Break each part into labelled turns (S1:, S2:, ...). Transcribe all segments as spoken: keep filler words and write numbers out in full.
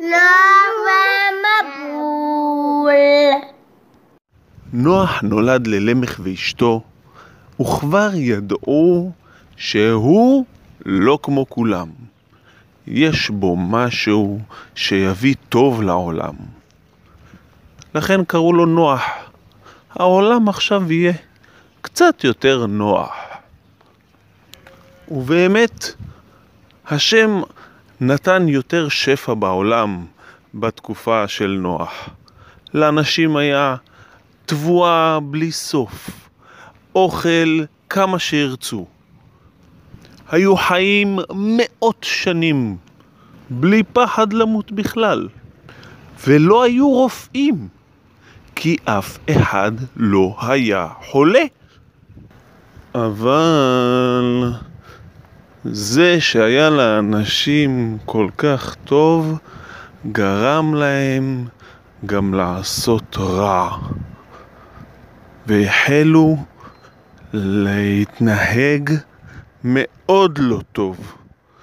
S1: נוח ומבול.
S2: נוח נולד ללמך ואשתו, וכבר ידעו שהוא לא כמו כולם. יש בו משהו שיביא טוב לעולם. לכן קראו לו נוח. העולם עכשיו יהיה קצת יותר נוח. ובאמת, השם נתן יותר שפע בעולם בתקופה של נוח. לאנשים היה תבואה בלי סוף, אוכל כמה שירצו. היו חיים מאות שנים בלי פחד למות בכלל, ולא היו רופאים, כי אף אחד לא היה חולה. אבל זה שהיה לאנשים כל כך טוב גרם להם גם לעשות רע, והחלו להתנהג מאוד לא טוב,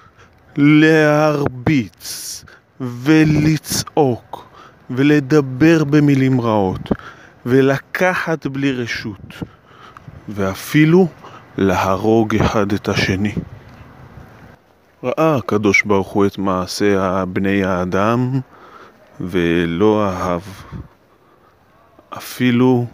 S2: להרביץ ולצעוק ולדבר במילים רעות ולקחת בלי רשות, ואפילו להרוג אחד את השני. ראה הקדוש ברוך הוא את מעשה בני האדם ולא אהב. אפילו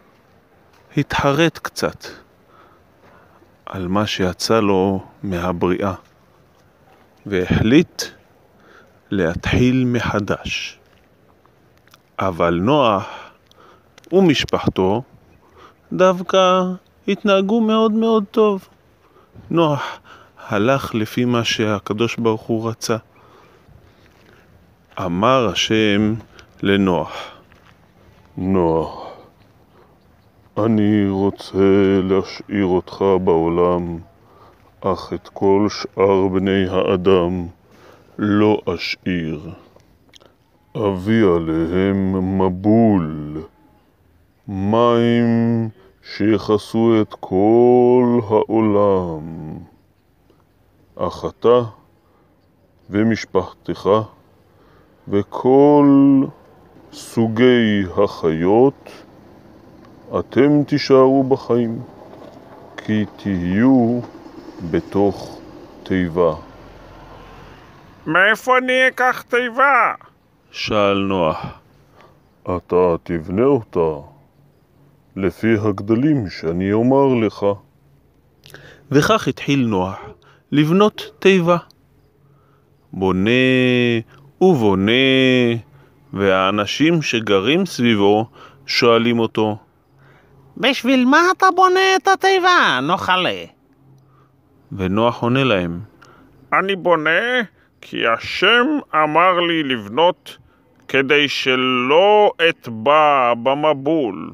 S2: התחרט קצת על מה שיצא לו מהבריאה, והחליט להתחיל מחדש. אבל נוח ומשפחתו דווקא התנהגו מאוד מאוד טוב. נוח הלך לפי מה שהקדוש ברוך הוא רצה. אמר השם לנוח, נוח, אני רוצה להשאיר אותך בעולם, אך את כל שאר בני האדם לא אשאיר. אביא עליהם מבול, מים שיחסו את כל העולם. אך אתה ומשפחתך וכל סוגי החיות, אתם תישארו בחיים, כי תהיו בתוך תיבה.
S3: מאיפה אני אקח תיבה?
S2: שאל נוח.
S4: אתה תבנה אותה לפי הגדלים שאני אומר לך.
S2: וכך התחיל נוח לבנות תיבה. בונה ובונה, והאנשים שגרים סביבו שואלים אותו,
S5: בשביל מה אתה בונה את התיבה, נוחלה?
S2: ונוח עונה להם,
S3: אני בונה כי השם אמר לי לבנות כדי שלא אטבע במבול.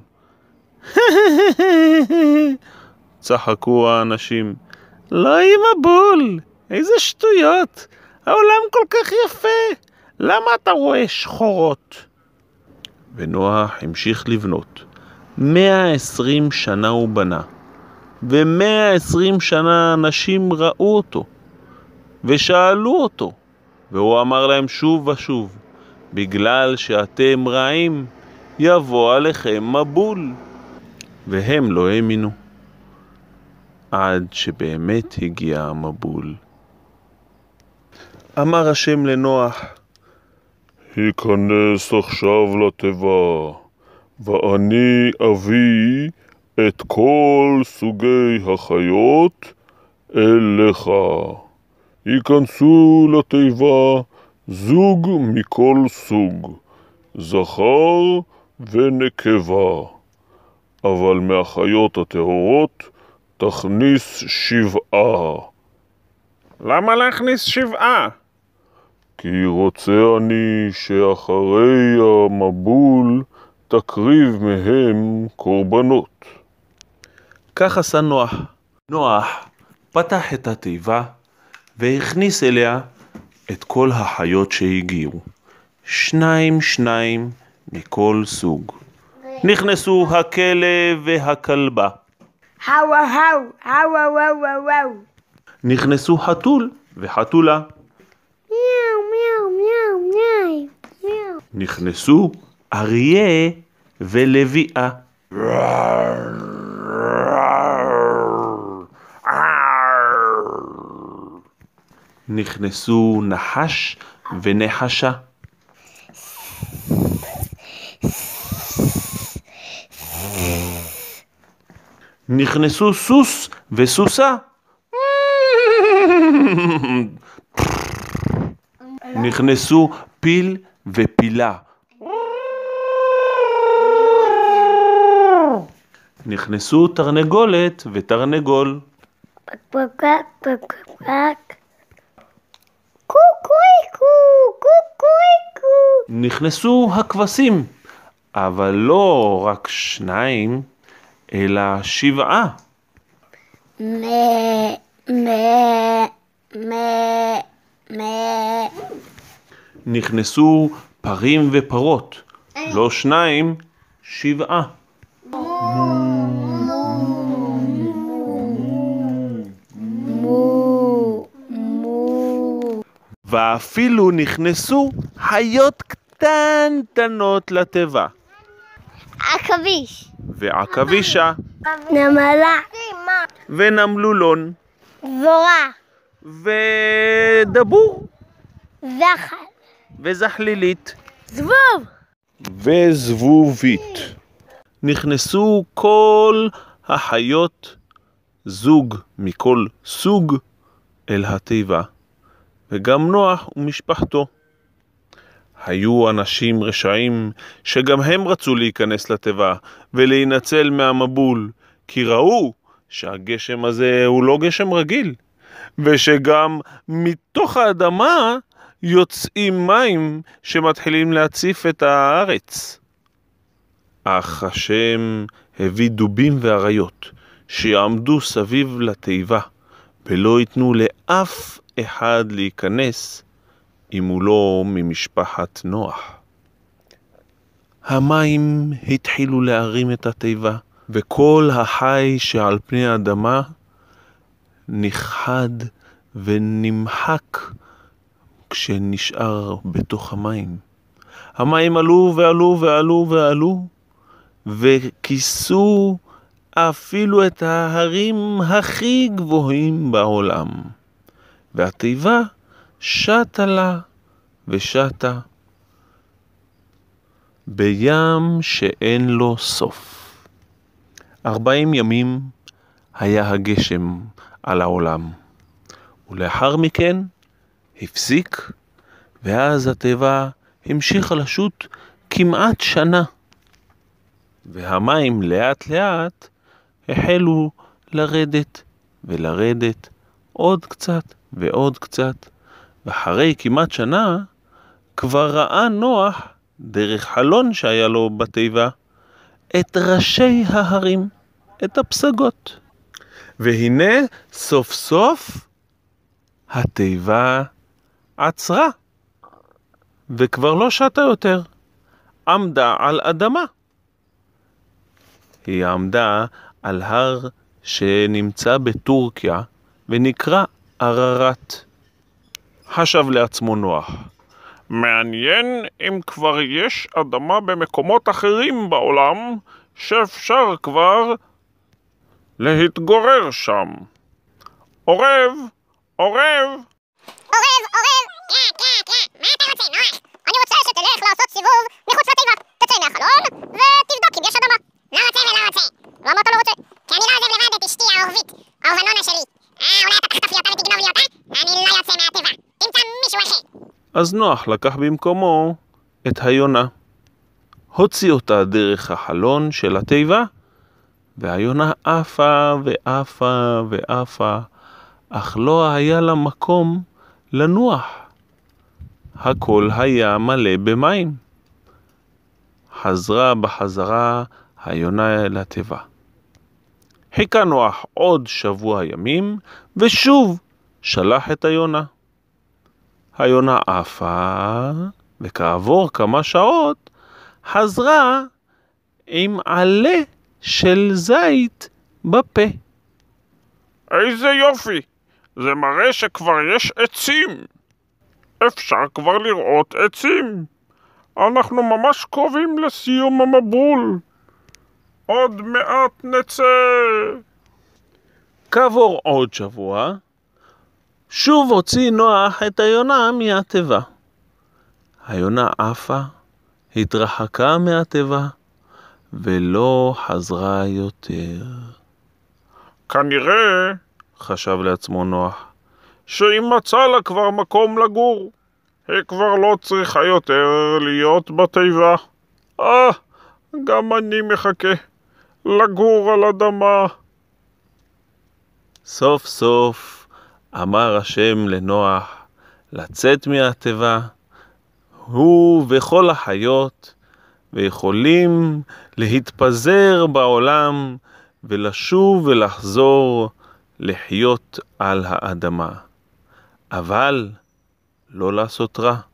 S2: צחקו האנשים.
S5: לא יהיה מבול, איזה שטויות, העולם כל כך יפה, למה אתה רואה שחורות?
S2: ונוח המשיך לבנות. מאה ועשרים שנה הוא בנה, ומאה ועשרים שנה אנשים ראו אותו ושאלו אותו, והוא אמר להם שוב ושוב, בגלל שאתם רעים יבוא עליכם מבול. והם לא האמינו, עד שבאמת הגיע המבול. אמר השם לנוח,
S4: היכנס עכשיו לתיבה, ואני אביא את כל סוגי החיות אליך. היכנסו לתיבה זוג מכל סוג, זכר ונקבה, אבל מהחיות הטהורות תכניס שבעה.
S3: למה להכניס שבעה?
S4: כי רוצה אני שאחרי המבול תקריב מהם קורבנות.
S2: כך עשה נוח. נוח פתח את התיבה והכניס אליה את כל החיות שהגיעו, שניים שניים מכל סוג. נכנסו הכלב והכלבה,
S1: האו האו, האו האו האו האו.
S2: נכנסו חתול וחתולה,
S1: מיאו מיאו מיאו מיאו.
S2: נכנסו אריה ולביאה. נכנסו נחש ונחשה. נכנסו סוס וסוסה. נכנסו פיל ופילה. נכנסו תרנגולת ותרנגול. נכנסו הכבשים, אבל לא רק שניים, אלא שבעה.
S1: מה, מה, מה, מה.
S2: נכנסו פרים ופרות, לא שניים, שבעה. ואפילו נכנסו חיות קטנטנות לתיבה.
S1: עכביש.
S2: ועכבישה.
S1: נמלה.
S2: ונמלולון.
S1: דבורה.
S2: ודבור.
S1: זחל.
S2: וזחלילית.
S1: זבוב.
S2: וזבובית. נכנסו כל החיות, זוג מכל סוג, אל התיבה, וגם נוח ומשפחתו. היו אנשים רשעים שגם הם רצו להיכנס לתיבה ולהינצל מהמבול, כי ראו שהגשם הזה הוא לא גשם רגיל, ושגם מתוך האדמה יוצאים מים שמתחילים להציף את הארץ. אך השם הביא דובים ואריות שיעמדו סביב לתיבה, ולא ייתנו לאף אחד להיכנס אם הוא לא ממשפחת נוח. המים התחילו להרים את התיבה, וכל החי שעל פני האדמה נכחד ונמחק כשנשאר בתוך המים. המים עלו ועלו ועלו ועלו, וכיסו אפילו את ההרים הכי גבוהים בעולם. והתיבה שטה לה ושטה בים שאין לו סוף. ארבעים ימים היה הגשם על העולם, ולאחר מכן הפסיק, ואז התיבה המשיכה לשוט כמעט שנה, והמים לאט לאט החלו לרדת ולרדת עוד קצת ועוד קצת, ואחרי כמעט שנה כבר ראה נוח דרך חלון שהיה לו בתיבה את ראשי ההרים, את הפסגות. והנה סוף סוף התיבה עצרה, וכבר לא שטה יותר, עמדה על אדמה. היא עמדה על הר שנמצא בטורקיה ונקרא עררת. חשב לעצמו נוח,
S3: מעניין אם כבר יש אדמה במקומות אחרים בעולם שאפשר כבר להתגורר שם. עורב, עורב.
S6: עורב, עורב. כן, כן, כן. מה אתה רוצה, נוח? אני רוצה שתלך לעשות סיבוב מחוץ לתיבה. תצא מהחלון ותבדוק אם יש אדמה. לא רוצה ולא רוצה. למה אתה לא רוצה? כי אני לא עוזב לבד את אשתי האהובית, האהובנונה שלי. אה, אולי אתה תחטוף לי אותה ותגנוב לי אותה? אני לא יוצא מהתיבה. תמצא מישהו אחר.
S2: אז נוח לקח במקומו את היונה. הוציא אותה דרך החלון של התיבה, והיונה עפה ועפה ועפה, אך לא היה לה מקום לנוח. הכל היה מלא במים. חזרה בחזרה היונה אל התיבה. חיכה נוח עוד שבוע ימים, ושוב שלח את היונה. היונה עפה, וכעבור כמה שעות חזרה עם עלה של זית בפה.
S3: איזה יופי! זה מראה שכבר יש עצים. אפשר כבר לראות עצים. אנחנו ממש קרובים לסיום המבול. עוד מעט נצא.
S2: כעבור עוד שבוע, שוב הוציא נוח את היונה מהתיבה. היונה עפה, התרחקה מהתיבה, ולא חזרה יותר.
S3: כנראה,
S2: חשב לעצמו נוח,
S3: שאם מצא לה כבר מקום לגור, היא כבר לא צריכה יותר להיות בתיבה. אה, גם אני מחכה לגור על אדמה.
S2: סוף סוף אמר השם לנוח לצאת מהתיבה, הוא וכל החיות, ויכולים להתפזר בעולם ולשוב ולחזור לחיות על האדמה. אבל לא לעשות רע.